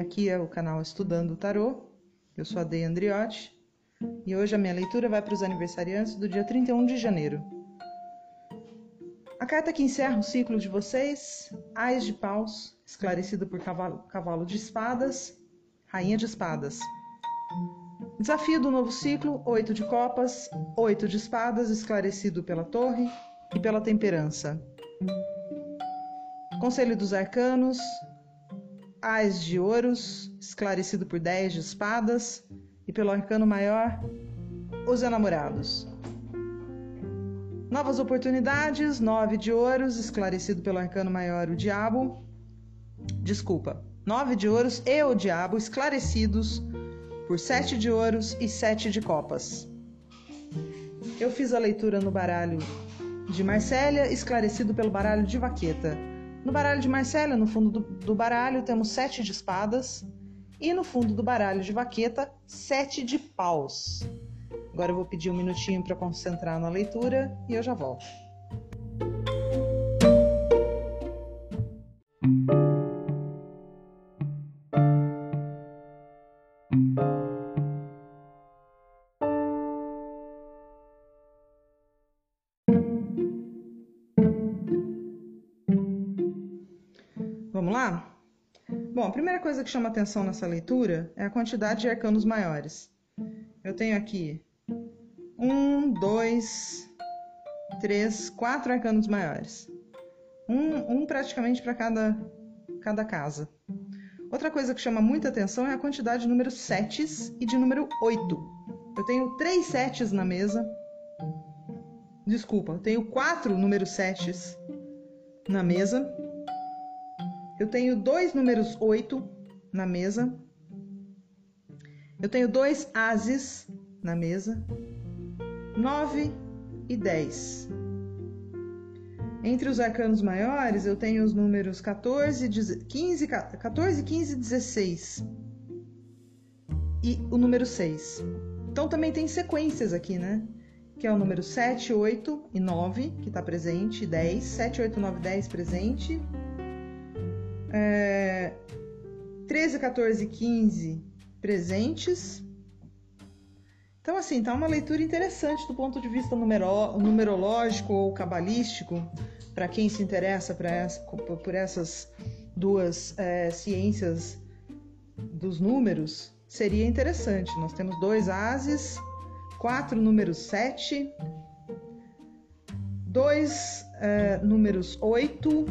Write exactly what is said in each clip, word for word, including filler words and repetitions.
aqui é o canal Estudando o Tarô. Eu sou a Deia Andriotti e hoje a minha leitura vai para os aniversariantes do dia trinta e um de janeiro. A carta que encerra o ciclo de vocês, Ás de Paus, esclarecido por cavalo, cavalo de espadas, Rainha de espadas. Desafio do novo ciclo, Oito de copas, Oito de espadas, esclarecido pela torre e pela temperança. Conselho dos arcanos, Ás de ouros, esclarecido por Dez de espadas e pelo arcano maior, os enamorados. Novas oportunidades, Nove de ouros, esclarecido pelo arcano maior, o diabo. Desculpa, Nove de ouros e o diabo, esclarecidos por Sete de ouros e Sete de copas. Eu fiz a leitura no baralho de Marcélia, esclarecido pelo baralho de Vaqueta. No baralho de Marcélia, no fundo do, do baralho, temos Sete de espadas e no fundo do baralho de Vaqueta, Sete de paus. Agora eu vou pedir um minutinho para concentrar na leitura e eu já volto. Vamos lá? Bom, a primeira coisa que chama atenção nessa leitura é a quantidade de arcanos maiores. Eu tenho aqui um, dois, três, quatro arcanos maiores. Um, um praticamente para cada, cada casa. Outra coisa que chama muita atenção é a quantidade de números setes e de número oito. Eu tenho três setes na mesa. Desculpa, eu tenho quatro números setes na mesa. Eu tenho dois números oito na mesa. Eu tenho dois ases na mesa. nove e dez. Entre os arcanos maiores, eu tenho os números quatorze, quinze, quatorze, quinze e dezesseis. E o número seis. Então também tem sequências aqui, né? Que é o número sete, oito e nove, que está presente, dez. sete, oito, nove, dez presente. É, treze, quatorze e quinze presentes. Então, assim, tá uma leitura interessante do ponto de vista numero, numerológico ou cabalístico, para quem se interessa pra essa, por essas duas é, ciências dos números, seria interessante. Nós temos dois ases, quatro números sete, dois é, números oito.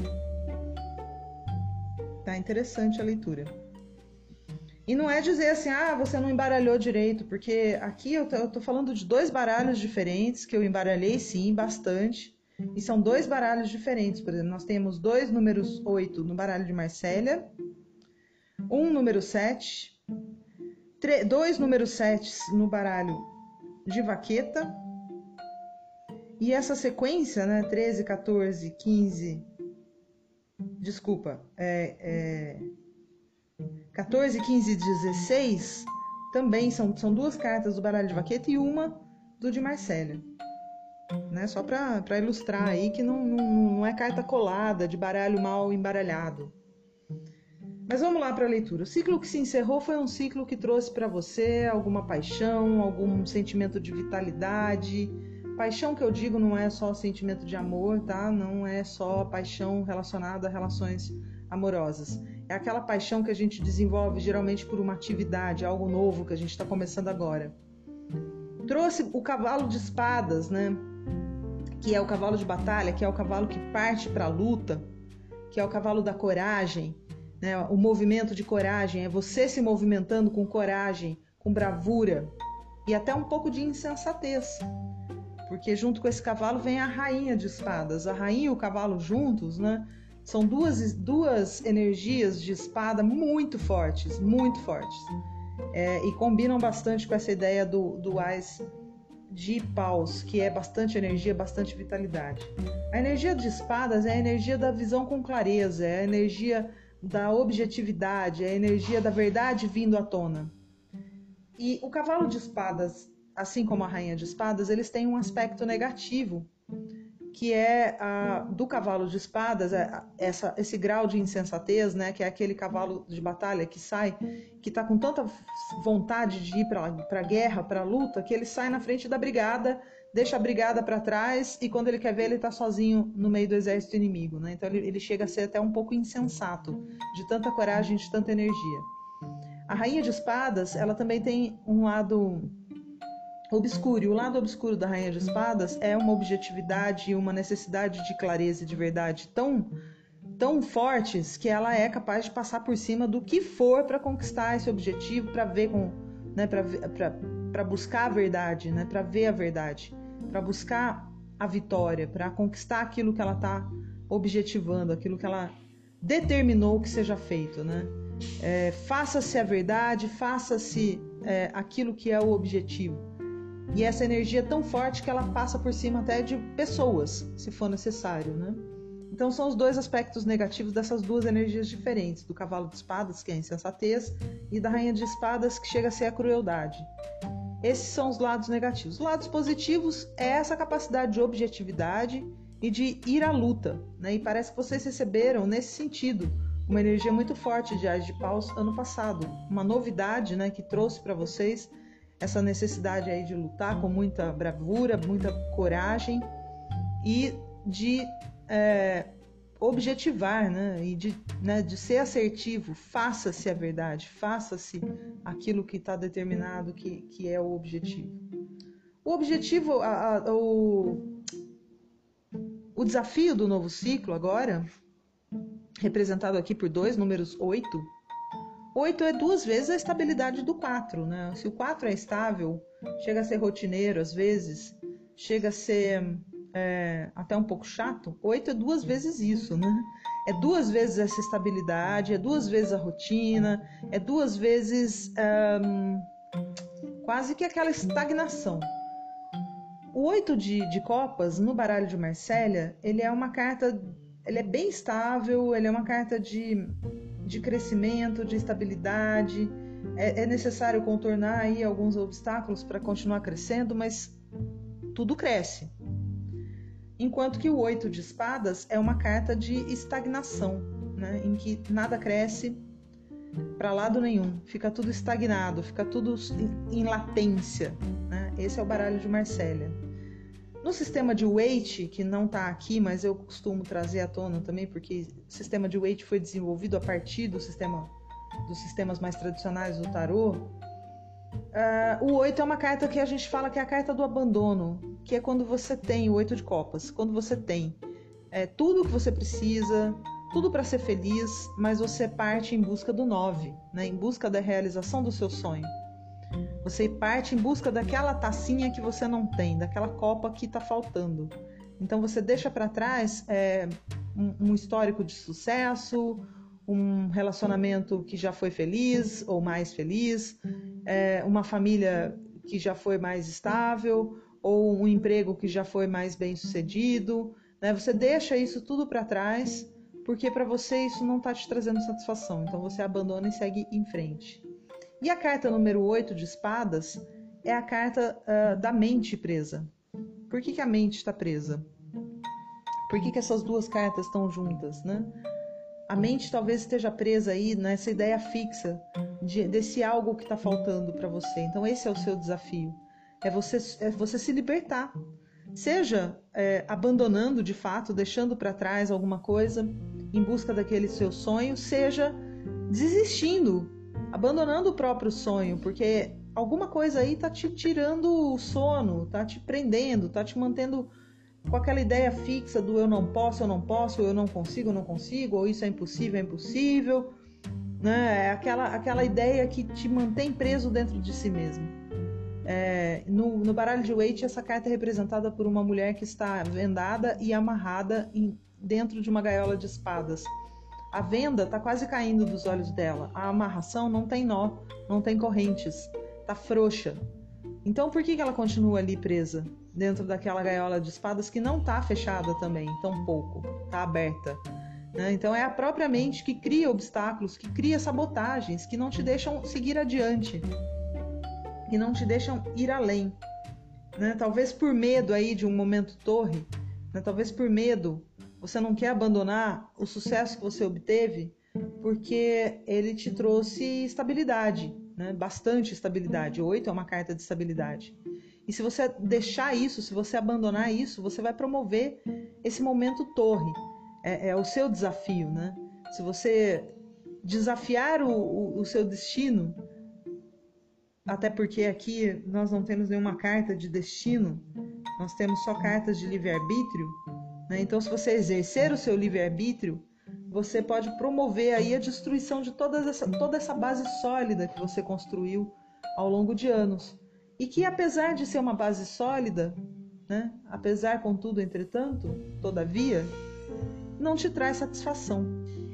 Tá interessante a leitura. E não é dizer assim, ah, você não embaralhou direito, porque aqui eu tô, eu tô falando de dois baralhos diferentes, que eu embaralhei sim, bastante, e são dois baralhos diferentes. Por exemplo, nós temos dois números oito no baralho de Marcélia, um número sete, dois números sete no baralho de Vaqueta, e essa sequência, né, treze, quatorze, quinze... Desculpa, é, é, quatorze, quinze e dezesseis também são, são duas cartas do baralho de Vaqueta e uma do de Marcélia. Né? Só para ilustrar aí que não, não, não é carta colada de baralho mal embaralhado. Mas vamos lá para a leitura. O ciclo que se encerrou foi um ciclo que trouxe para você alguma paixão, algum sentimento de vitalidade. Paixão que eu digo não é só sentimento de amor, tá? Não é só paixão relacionada a relações amorosas. É aquela paixão que a gente desenvolve geralmente por uma atividade, algo novo que a gente está começando agora. Trouxe o cavalo de espadas, né? Que é o cavalo de batalha, que é o cavalo que parte para a luta, que é o cavalo da coragem, né? O movimento de coragem, é você se movimentando com coragem, com bravura e até um pouco de insensatez. Porque junto com esse cavalo vem a rainha de espadas. A rainha e o cavalo juntos, né? São duas, duas energias de espada muito fortes, muito fortes. É, e combinam bastante com essa ideia do, do Ás de paus, que é bastante energia, bastante vitalidade. A energia de espadas é a energia da visão com clareza, é a energia da objetividade, é a energia da verdade vindo à tona. E o cavalo de espadas, assim como a rainha de espadas, eles têm um aspecto negativo, que é a, do cavalo de espadas, é, essa, esse grau de insensatez, né, que é aquele cavalo de batalha que sai, que está com tanta vontade de ir para a guerra, para a luta, que ele sai na frente da brigada, deixa a brigada para trás e quando ele quer ver, ele está sozinho no meio do exército inimigo. Né? Então ele, ele chega a ser até um pouco insensato, de tanta coragem, de tanta energia. A rainha de espadas, ela também tem um lado obscuro. E o lado obscuro da rainha de espadas é uma objetividade e uma necessidade de clareza e de verdade tão, tão fortes que ela é capaz de passar por cima do que for para conquistar esse objetivo, para ver com, né, para buscar a verdade, né, para ver a verdade, para buscar a vitória, para conquistar aquilo que ela está objetivando, aquilo que ela determinou que seja feito, né? É, faça-se a verdade, faça-se é, aquilo que é o objetivo. E essa energia é tão forte que ela passa por cima até de pessoas, se for necessário, né? Então são os dois aspectos negativos dessas duas energias diferentes, do cavalo de espadas, que é a insensatez, e da rainha de espadas, que chega a ser a crueldade. Esses são os lados negativos. Os lados positivos é essa capacidade de objetividade e de ir à luta, né? E parece que vocês receberam, nesse sentido, uma energia muito forte de Ás de Paus ano passado. Uma novidade, né, que trouxe para vocês essa necessidade aí de lutar com muita bravura, muita coragem e de é, objetivar, né, e de, né, de ser assertivo. Faça-se a verdade, faça-se aquilo que está determinado, que, que é o objetivo. O objetivo, a, a, o, o desafio do novo ciclo agora, representado aqui por dois números oito. oito é duas vezes a estabilidade do quatro, né? Se o quatro é estável, chega a ser rotineiro às vezes, chega a ser é, até um pouco chato, oito é duas vezes isso, né? É duas vezes essa estabilidade, é duas vezes a rotina, é duas vezes um, quase que aquela estagnação. O oito de, de copas, no baralho de Marsella, ele é uma carta... Ele é bem estável, ele é uma carta de, de crescimento, de estabilidade. É, é necessário contornar aí alguns obstáculos para continuar crescendo, mas tudo cresce. Enquanto que o oito de espadas é uma carta de estagnação, né? Em que nada cresce para lado nenhum, fica tudo estagnado, fica tudo em latência, né? Esse é o baralho de Marsella. No sistema de Waite, que não está aqui, mas eu costumo trazer à tona também, porque o sistema de Waite foi desenvolvido a partir do sistema, dos sistemas mais tradicionais do tarô. Uh, o oito é uma carta que a gente fala que é a carta do abandono, que é quando você tem o oito de copas, quando você tem é, tudo o que você precisa, tudo para ser feliz, mas você parte em busca do nove, né, em busca da realização do seu sonho. Você parte em busca daquela tacinha que você não tem, daquela copa que está faltando. Então você deixa para trás é, um, um histórico de sucesso, um relacionamento que já foi feliz ou mais feliz, é, uma família que já foi mais estável, ou um emprego que já foi mais bem sucedido, né? Você deixa isso tudo para trás, porque para você isso não está te trazendo satisfação. Então você abandona e segue em frente. E a carta número oito de espadas é a carta uh, da mente presa. Por que, que a mente está presa? Por que, que essas duas cartas estão juntas, né? A mente talvez esteja presa aí nessa ideia fixa de, desse algo que está faltando para você. Então esse é o seu desafio. É você, é você se libertar. Seja é, abandonando de fato, deixando para trás alguma coisa em busca daquele seu sonho, seja desistindo, abandonando o próprio sonho, porque alguma coisa aí tá te tirando o sono, tá te prendendo, tá te mantendo com aquela ideia fixa do eu não posso, eu não posso, eu não consigo, eu não consigo, ou isso é impossível, é impossível, né? Aquela, aquela ideia que te mantém preso dentro de si mesmo. É, no, no baralho de Waite, essa carta é representada por uma mulher que está vendada e amarrada em, dentro de uma gaiola de espadas. A venda está quase caindo dos olhos dela. A amarração não tem nó, não tem correntes, está frouxa. Então por que, que ela continua ali presa, dentro daquela gaiola de espadas que não está fechada também, tão pouco, está aberta? Né? Então é a própria mente que cria obstáculos, que cria sabotagens, que não te deixam seguir adiante, que não te deixam ir além. Né? Talvez por medo aí de um momento torre, né? Talvez por medo, você não quer abandonar o sucesso que você obteve, porque ele te trouxe estabilidade, né? Bastante estabilidade. Oito é uma carta de estabilidade. E se você deixar isso, se você abandonar isso, você vai promover esse momento torre. É, é o seu desafio, né? Se você desafiar o, o, o seu destino, até porque aqui nós não temos nenhuma carta de destino, nós temos só cartas de livre-arbítrio, né? Então, se você exercer o seu livre-arbítrio, você pode promover aí a destruição de toda essa, toda essa base sólida que você construiu ao longo de anos. E que, apesar de ser uma base sólida, né, apesar, contudo, entretanto, todavia, não te traz satisfação.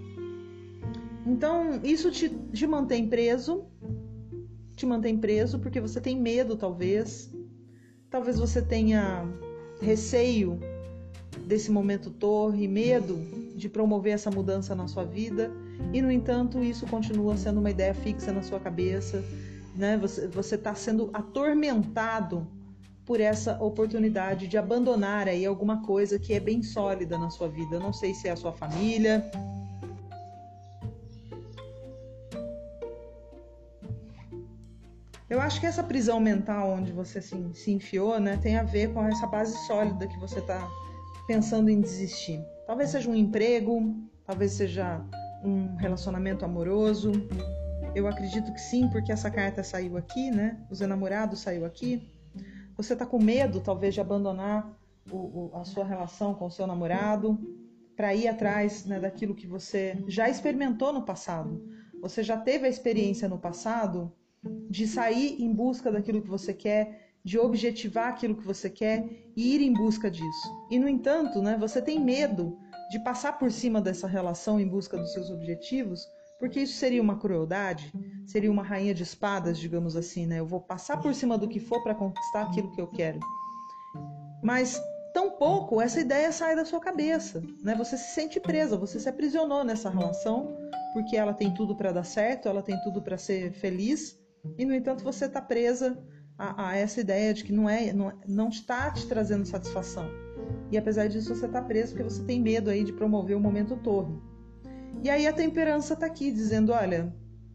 Então, isso te, te mantém preso, te mantém preso porque você tem medo, talvez. Talvez você tenha receio desse momento torre, medo de promover essa mudança na sua vida. E, no entanto, isso continua sendo uma ideia fixa na sua cabeça, né? Você está sendo atormentado por essa oportunidade de abandonar aí alguma coisa que é bem sólida na sua vida. Eu não sei se é a sua família. Eu acho que essa prisão mental onde você se, se enfiou, né, tem a ver com essa base sólida que você está pensando em desistir. Talvez seja um emprego, talvez seja um relacionamento amoroso. Eu acredito que sim, porque essa carta saiu aqui, né? Os enamorados saiu aqui. Você está com medo, talvez, de abandonar o, o, a sua relação com o seu namorado para ir atrás, né, daquilo que você já experimentou no passado. Você já teve a experiência no passado de sair em busca daquilo que você quer, de objetivar aquilo que você quer e ir em busca disso. E, no entanto, né, você tem medo de passar por cima dessa relação em busca dos seus objetivos, porque isso seria uma crueldade, seria uma rainha de espadas, digamos assim, né? Eu vou passar por cima do que for para conquistar aquilo que eu quero. Mas, tampouco essa ideia sai da sua cabeça, né? Você se sente presa, você se aprisionou nessa relação, porque ela tem tudo para dar certo, ela tem tudo para ser feliz, e, no entanto, você está presa a, a essa ideia de que não é, não, não está te trazendo satisfação. E, apesar disso, você está preso porque você tem medo aí de promover o momento torre. E aí a temperança está aqui dizendo, olha,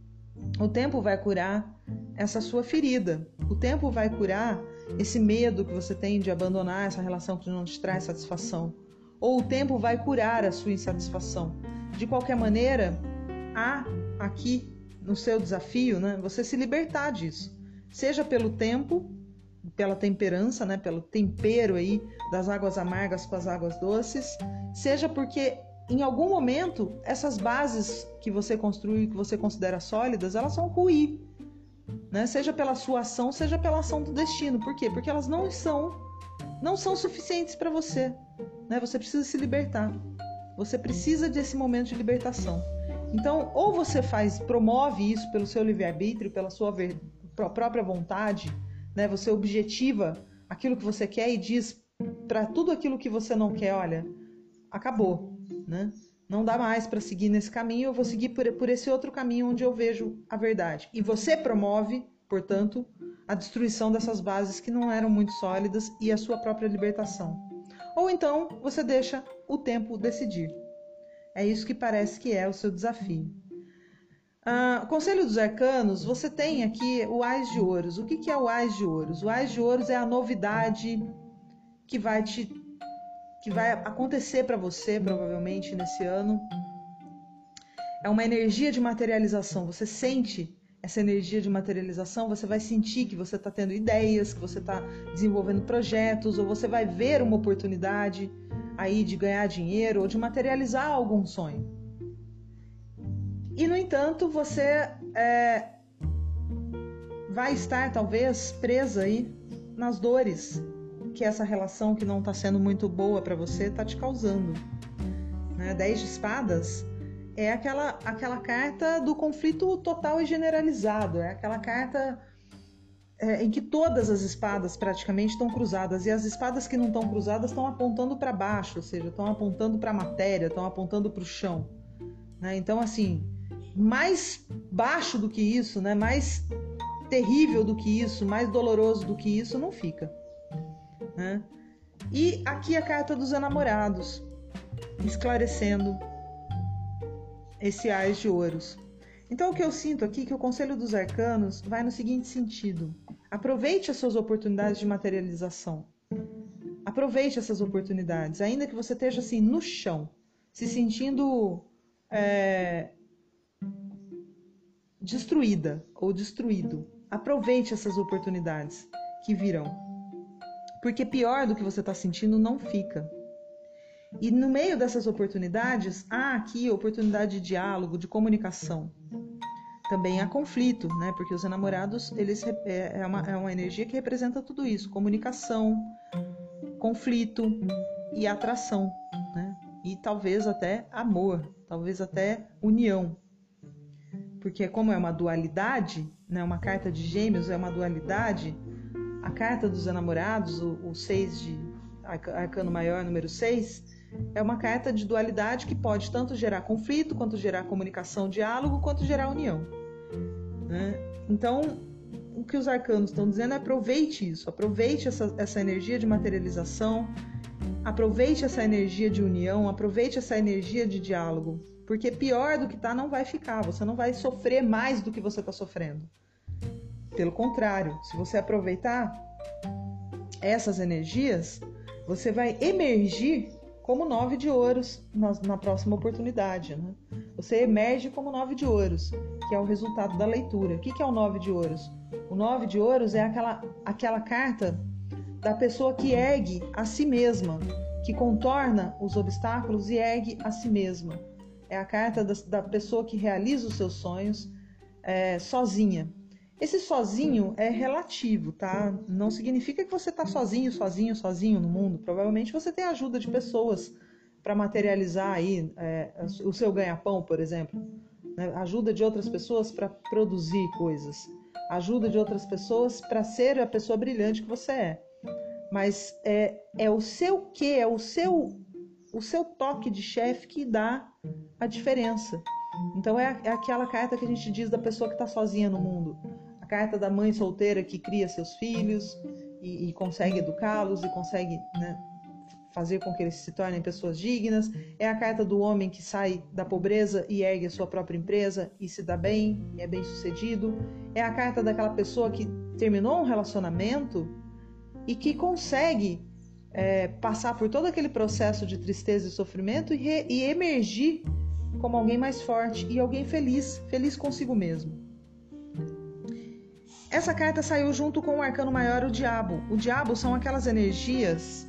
o tempo vai curar essa sua ferida. O tempo vai curar esse medo que você tem de abandonar essa relação que não te traz satisfação. Ou o tempo vai curar a sua insatisfação. De qualquer maneira, há aqui no seu desafio, né, você se libertar disso. Seja pelo tempo, pela temperança, né, pelo tempero aí das águas amargas com as águas doces, seja porque em algum momento, essas bases que você construiu e que você considera sólidas, elas vão ruir, né? Seja pela sua ação, seja pela ação do destino. Por quê? Porque elas não são, não são suficientes para você, né? Você precisa se libertar. Você precisa desse momento de libertação. Então, ou você faz, promove isso pelo seu livre-arbítrio, pela sua ver, própria vontade, né? Você objetiva aquilo que você quer e diz para tudo aquilo que você não quer, olha, acabou. Né? Não dá mais para seguir nesse caminho, eu vou seguir por, por esse outro caminho onde eu vejo a verdade. E você promove, portanto, a destruição dessas bases que não eram muito sólidas e a sua própria libertação. Ou então você deixa o tempo decidir. É isso que parece que é o seu desafio. Ah, Conselho dos Arcanos, você tem aqui o Ás de Ouros. O que, que é o Ás de Ouros? O Ás de Ouros é a novidade que vai te que vai acontecer para você, provavelmente, nesse ano. É uma energia de materialização. Você sente essa energia de materialização, você vai sentir que você está tendo ideias, que você está desenvolvendo projetos, ou você vai ver uma oportunidade aí de ganhar dinheiro ou de materializar algum sonho. E, no entanto, você é, vai estar, talvez, presa aí nas dores que essa relação que não está sendo muito boa para você está te causando. Né? Dez de espadas é aquela, aquela carta do conflito total e generalizado, é aquela carta é, em que todas as espadas praticamente estão cruzadas, e as espadas que não estão cruzadas estão apontando para baixo, ou seja, estão apontando para a matéria, estão apontando para o chão. Né? Então, assim, mais baixo do que isso, né? Mais terrível do que isso, mais doloroso do que isso, não fica. Né? E aqui a carta dos enamorados, esclarecendo esse ás de ouros. Então o que eu sinto aqui é que o conselho dos arcanos vai no seguinte sentido: aproveite as suas oportunidades de materialização. Aproveite essas oportunidades, ainda que você esteja assim no chão, se sentindo é, destruída ou destruído. Aproveite essas oportunidades que virão. Porque pior do que você está sentindo não fica. E no meio dessas oportunidades, há aqui oportunidade de diálogo, de comunicação. Também há conflito, né? Porque os enamorados, eles, é, é, uma, é uma energia que representa tudo isso. Comunicação, conflito e atração, né? E talvez até amor, talvez até união. Porque como é uma dualidade, né? Uma carta de gêmeos é uma dualidade, a carta dos enamorados, o, o seis de arcano maior, número seis, é uma carta de dualidade que pode tanto gerar conflito, quanto gerar comunicação, diálogo, quanto gerar união, né? Então, o que os arcanos estão dizendo é aproveite isso, aproveite essa, essa energia de materialização, aproveite essa energia de união, aproveite essa energia de diálogo, porque pior do que está não vai ficar, você não vai sofrer mais do que você está sofrendo. Pelo contrário, se você aproveitar essas energias, você vai emergir como nove de ouros na, na próxima oportunidade, né? Você emerge como nove de ouros, que é o resultado da leitura. O que, que é o nove de ouros? O nove de ouros é aquela, aquela carta da pessoa que ergue a si mesma, que contorna os obstáculos e ergue a si mesma. É a carta da, da pessoa que realiza os seus sonhos é, sozinha. Esse sozinho é relativo, tá? Não significa que você está sozinho, sozinho, sozinho no mundo. Provavelmente você tem a ajuda de pessoas para materializar aí é, o seu ganha-pão, por exemplo. Né? Ajuda de outras pessoas para produzir coisas. Ajuda de outras pessoas para ser a pessoa brilhante que você é. Mas é, é o seu quê? É o seu, o seu toque de chefe que dá a diferença. Então é, é aquela carta que a gente diz da pessoa que está sozinha no mundo. A carta da mãe solteira que cria seus filhos e, e consegue educá-los e consegue, né, fazer com que eles se tornem pessoas dignas. É a carta do homem que sai da pobreza e ergue a sua própria empresa e se dá bem, e é bem sucedido. É a carta daquela pessoa que terminou um relacionamento e que consegue é, passar por todo aquele processo de tristeza e sofrimento e, re, e emergir como alguém mais forte e alguém feliz, feliz consigo mesmo. Essa carta saiu junto com o arcano maior, o diabo. O diabo são aquelas energias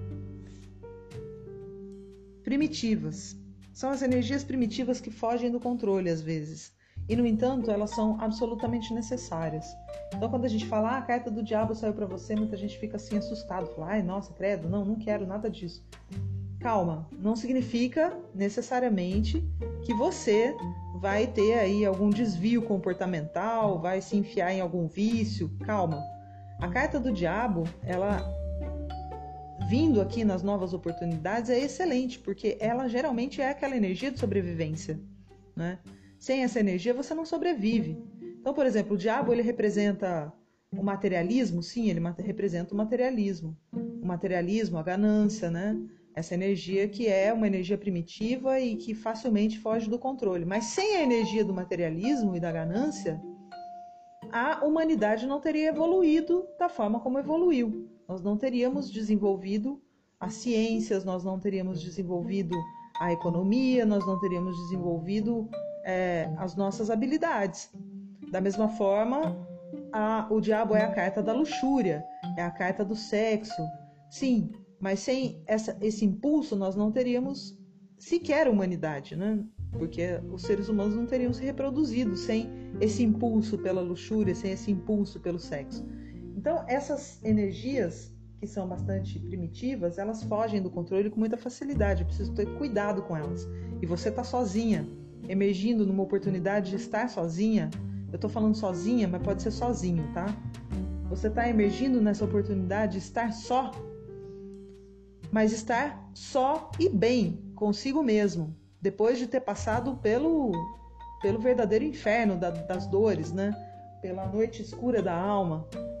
primitivas. São as energias primitivas que fogem do controle às vezes. E, no entanto, elas são absolutamente necessárias. Então, quando a gente fala, ah, a carta do diabo saiu para você, muita gente fica assim assustado. Fala, ai, nossa, credo, não, não quero nada disso. Calma, não significa necessariamente que você vai ter aí algum desvio comportamental, vai se enfiar em algum vício. Calma. A carta do diabo, ela vindo aqui nas novas oportunidades é excelente, porque ela geralmente é aquela energia de sobrevivência, né? Sem essa energia você não sobrevive. Então, por exemplo, o diabo ele representa o materialismo, sim, ele representa o materialismo. O materialismo, a ganância, né? Essa energia que é uma energia primitiva e que facilmente foge do controle. Mas sem a energia do materialismo e da ganância, a humanidade não teria evoluído da forma como evoluiu. Nós não teríamos desenvolvido as ciências, nós não teríamos desenvolvido a economia, nós não teríamos desenvolvido é, as nossas habilidades. Da mesma forma, a, o diabo é a carta da luxúria, é a carta do sexo. Sim, mas sem essa, esse impulso nós não teríamos sequer humanidade, né? Porque os seres humanos não teriam se reproduzido sem esse impulso pela luxúria, sem esse impulso pelo sexo. Então, essas energias que são bastante primitivas, elas fogem do controle com muita facilidade. Eu preciso ter cuidado com elas. E você está sozinha, emergindo numa oportunidade de estar sozinha. Eu estou falando sozinha, mas pode ser sozinho, tá? Você está emergindo nessa oportunidade de estar só, mas estar só e bem consigo mesmo, depois de ter passado pelo, pelo verdadeiro inferno da, das dores, né? Pela noite escura da alma,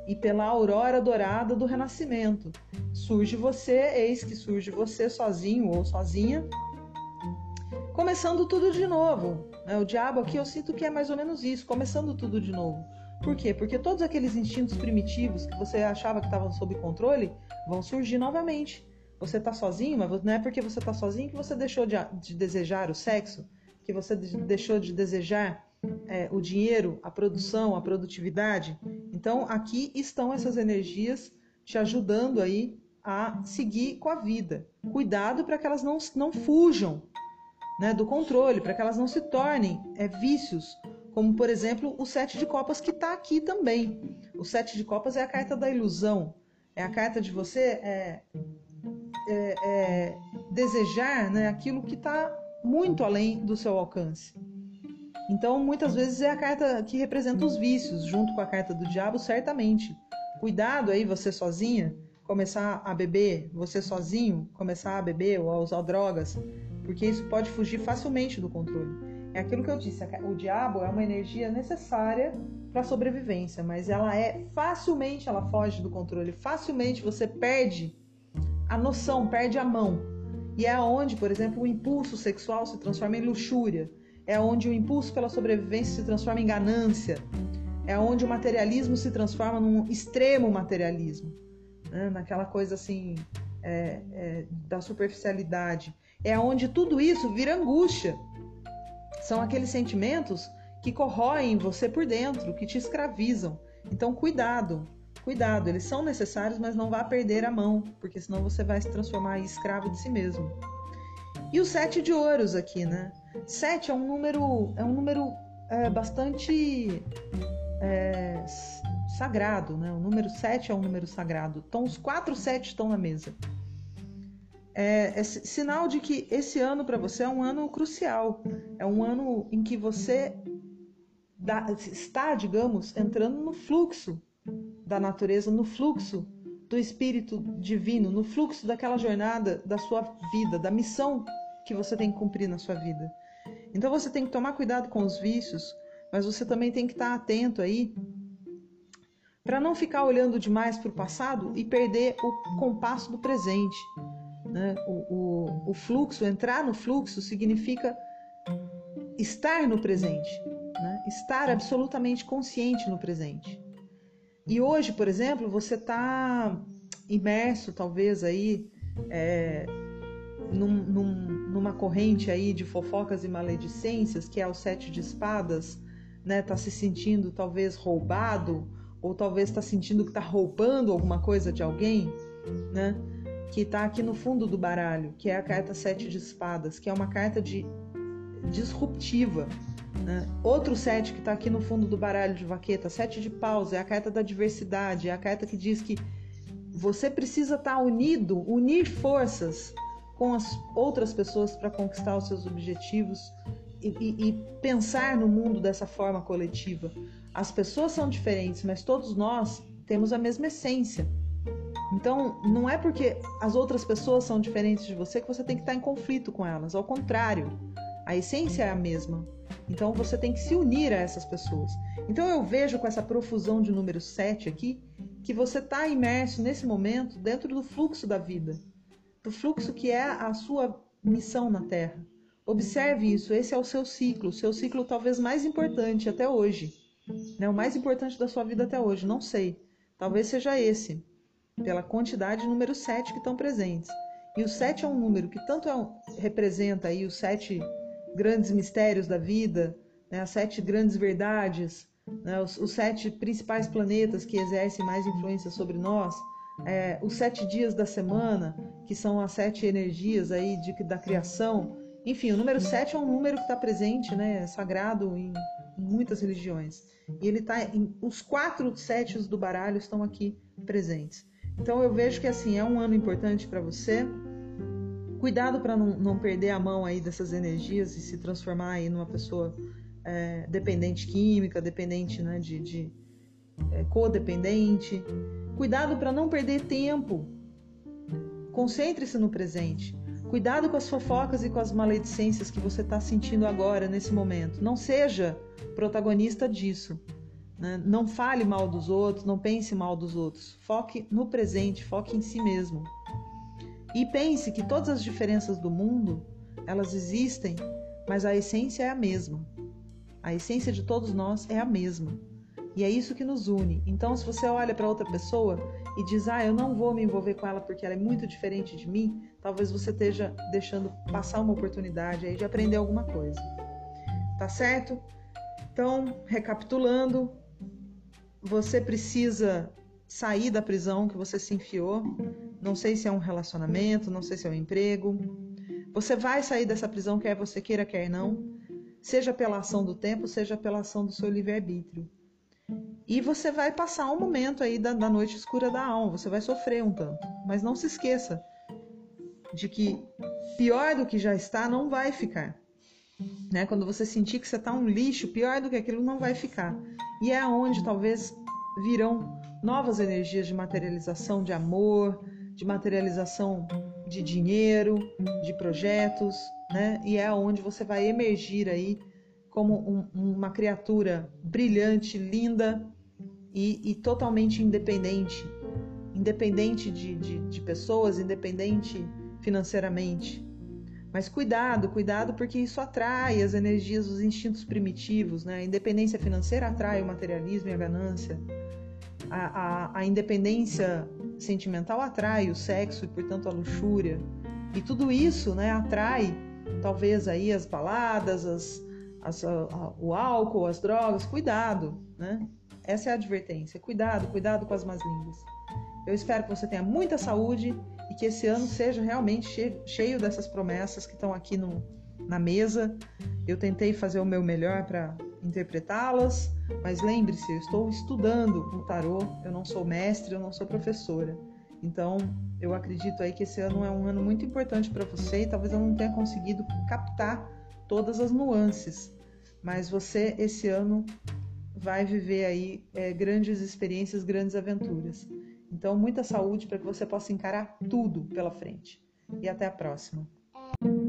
e pela aurora dourada do renascimento. Surge você, eis que surge você sozinho ou sozinha, começando tudo de novo. O diabo aqui eu sinto que é mais ou menos isso, começando tudo de novo. Por quê? Porque todos aqueles instintos primitivos que você achava que estavam sob controle vão surgir novamente. Você está sozinho, mas não é porque você está sozinho que você deixou de, de desejar o sexo, que você de, deixou de desejar é, o dinheiro, a produção, a produtividade. Então aqui estão essas energias te ajudando aí a seguir com a vida. Cuidado para que elas não, não fujam, né, do controle, para que elas não se tornem é, vícios, como por exemplo o sete de copas que está aqui também. O sete de copas é a carta da ilusão, é a carta de você é, é, é, desejar, né, aquilo que está muito além do seu alcance. Então muitas vezes é a carta que representa os vícios, junto com a carta do diabo, certamente. Cuidado aí você sozinha, começar a beber, você sozinho começar a beber ou a usar drogas, porque isso pode fugir facilmente do controle. É aquilo que eu disse, o diabo é uma energia necessária para a sobrevivência, mas ela é facilmente, ela foge do controle, facilmente você perde a noção, perde a mão. E é onde, por exemplo, o impulso sexual se transforma em luxúria, é onde o impulso pela sobrevivência se transforma em ganância, é onde o materialismo se transforma num extremo materialismo, né? Naquela coisa assim, é, é, da superficialidade. É onde tudo isso vira angústia. São aqueles sentimentos que corroem você por dentro, que te escravizam. Então, cuidado, cuidado. Eles são necessários, mas não vá perder a mão, porque senão você vai se transformar em escravo de si mesmo. E o sete de ouros aqui, né? Sete é um número, é um número é, bastante é, sagrado, né? O número sete é um número sagrado. Então, os quatro sete estão na mesa. É, é sinal de que esse ano para você é um ano crucial, é um ano em que você dá, está, digamos, entrando no fluxo da natureza, no fluxo do Espírito Divino, no fluxo daquela jornada da sua vida, da missão que você tem que cumprir na sua vida. Então você tem que tomar cuidado com os vícios, mas você também tem que estar atento aí para não ficar olhando demais para o passado e perder o compasso do presente. Né? O, o, o fluxo, entrar no fluxo significa estar no presente, né? Estar absolutamente consciente no presente. E hoje, por exemplo, você está imerso talvez aí é, num, num, numa corrente aí de fofocas e maledicências, que é o sete de espadas, né? Tá se sentindo talvez roubado, ou talvez está sentindo que está roubando alguma coisa de alguém, né? Que está aqui no fundo do baralho, que é a carta sete de espadas, que é uma carta de disruptiva, né? Outro sete que está aqui no fundo do baralho de vaqueta, sete de paus, é a carta da diversidade, é a carta que diz que você precisa estar unido, unir forças com as outras pessoas para conquistar os seus objetivos e, e, e pensar no mundo dessa forma coletiva. As pessoas são diferentes, mas todos nós temos a mesma essência. Então, não é porque as outras pessoas são diferentes de você que você tem que estar em conflito com elas. Ao contrário, a essência é a mesma. Então, você tem que se unir a essas pessoas. Então, eu vejo com essa profusão de número sete aqui, que você está imerso nesse momento dentro do fluxo da vida. Do fluxo que é a sua missão na Terra. Observe isso, esse é o seu ciclo. O seu ciclo talvez mais importante até hoje. Né? O mais importante da sua vida até hoje, não sei. Talvez seja esse. Pela quantidade de número sete que estão presentes. E o sete é um número que tanto é um, representa aí os sete grandes mistérios da vida, né, as sete grandes verdades, né, os, os sete principais planetas que exercem mais influência sobre nós, é, os sete dias da semana, que são as sete energias aí de, da criação. Enfim, o número sete é um número que está presente, né, sagrado em, em muitas religiões. E ele tá em, os quatro setes do baralho estão aqui presentes. Então eu vejo que assim, é um ano importante para você. Cuidado para não, não perder a mão aí dessas energias e se transformar aí numa pessoa é, dependente química, dependente, né, de, de é, codependente. Cuidado para não perder tempo. Concentre-se no presente. Cuidado com as fofocas e com as maledicências que você está sentindo agora, nesse momento. Não seja protagonista disso. né? Não fale mal dos outros, não pense mal dos outros. Foque no presente, foque em si mesmo. E pense que todas as diferenças do mundo, elas existem, mas a essência é a mesma. A essência de todos nós é a mesma. E é isso que nos une. Então, se você olha para outra pessoa e diz, ah, eu não vou me envolver com ela porque ela é muito diferente de mim, talvez você esteja deixando passar uma oportunidade aí de aprender alguma coisa. Tá certo? Então, recapitulando, você precisa sair da prisão que você se enfiou. Não sei se é um relacionamento, não sei se é um emprego. Você vai sair dessa prisão, quer você queira, quer não. Seja pela ação do tempo, seja pela ação do seu livre-arbítrio. E você vai passar um momento aí da, da noite escura da alma, você vai sofrer um tanto. Mas não se esqueça de que pior do que já está não vai ficar. Né? Quando você sentir que você está um lixo, pior do que aquilo não vai ficar. E é onde talvez virão novas energias de materialização de amor, de materialização de dinheiro, de projetos, né? E é onde você vai emergir aí como um, uma criatura brilhante, linda e, e totalmente independente. Independente de, de, de pessoas, independente financeiramente. Mas cuidado, cuidado, porque isso atrai as energias dos instintos primitivos, né? A independência financeira atrai o materialismo e a ganância. A, a, a independência sentimental atrai o sexo e, portanto, a luxúria. E tudo isso, né, atrai, talvez, aí as baladas, as, as, a, a, o álcool, as drogas. Cuidado, né? Essa é a advertência. Cuidado, cuidado com as más línguas. Eu espero que você tenha muita saúde e que esse ano seja realmente cheio, cheio dessas promessas que estão aqui no, na mesa. Eu tentei fazer o meu melhor para interpretá-las, mas lembre-se, eu estou estudando o tarô, eu não sou mestre, eu não sou professora. Então, eu acredito aí que esse ano é um ano muito importante para você e talvez eu não tenha conseguido captar todas as nuances, mas você, esse ano, vai viver aí é, grandes experiências, grandes aventuras. Então, muita saúde para que você possa encarar tudo pela frente. E até a próxima.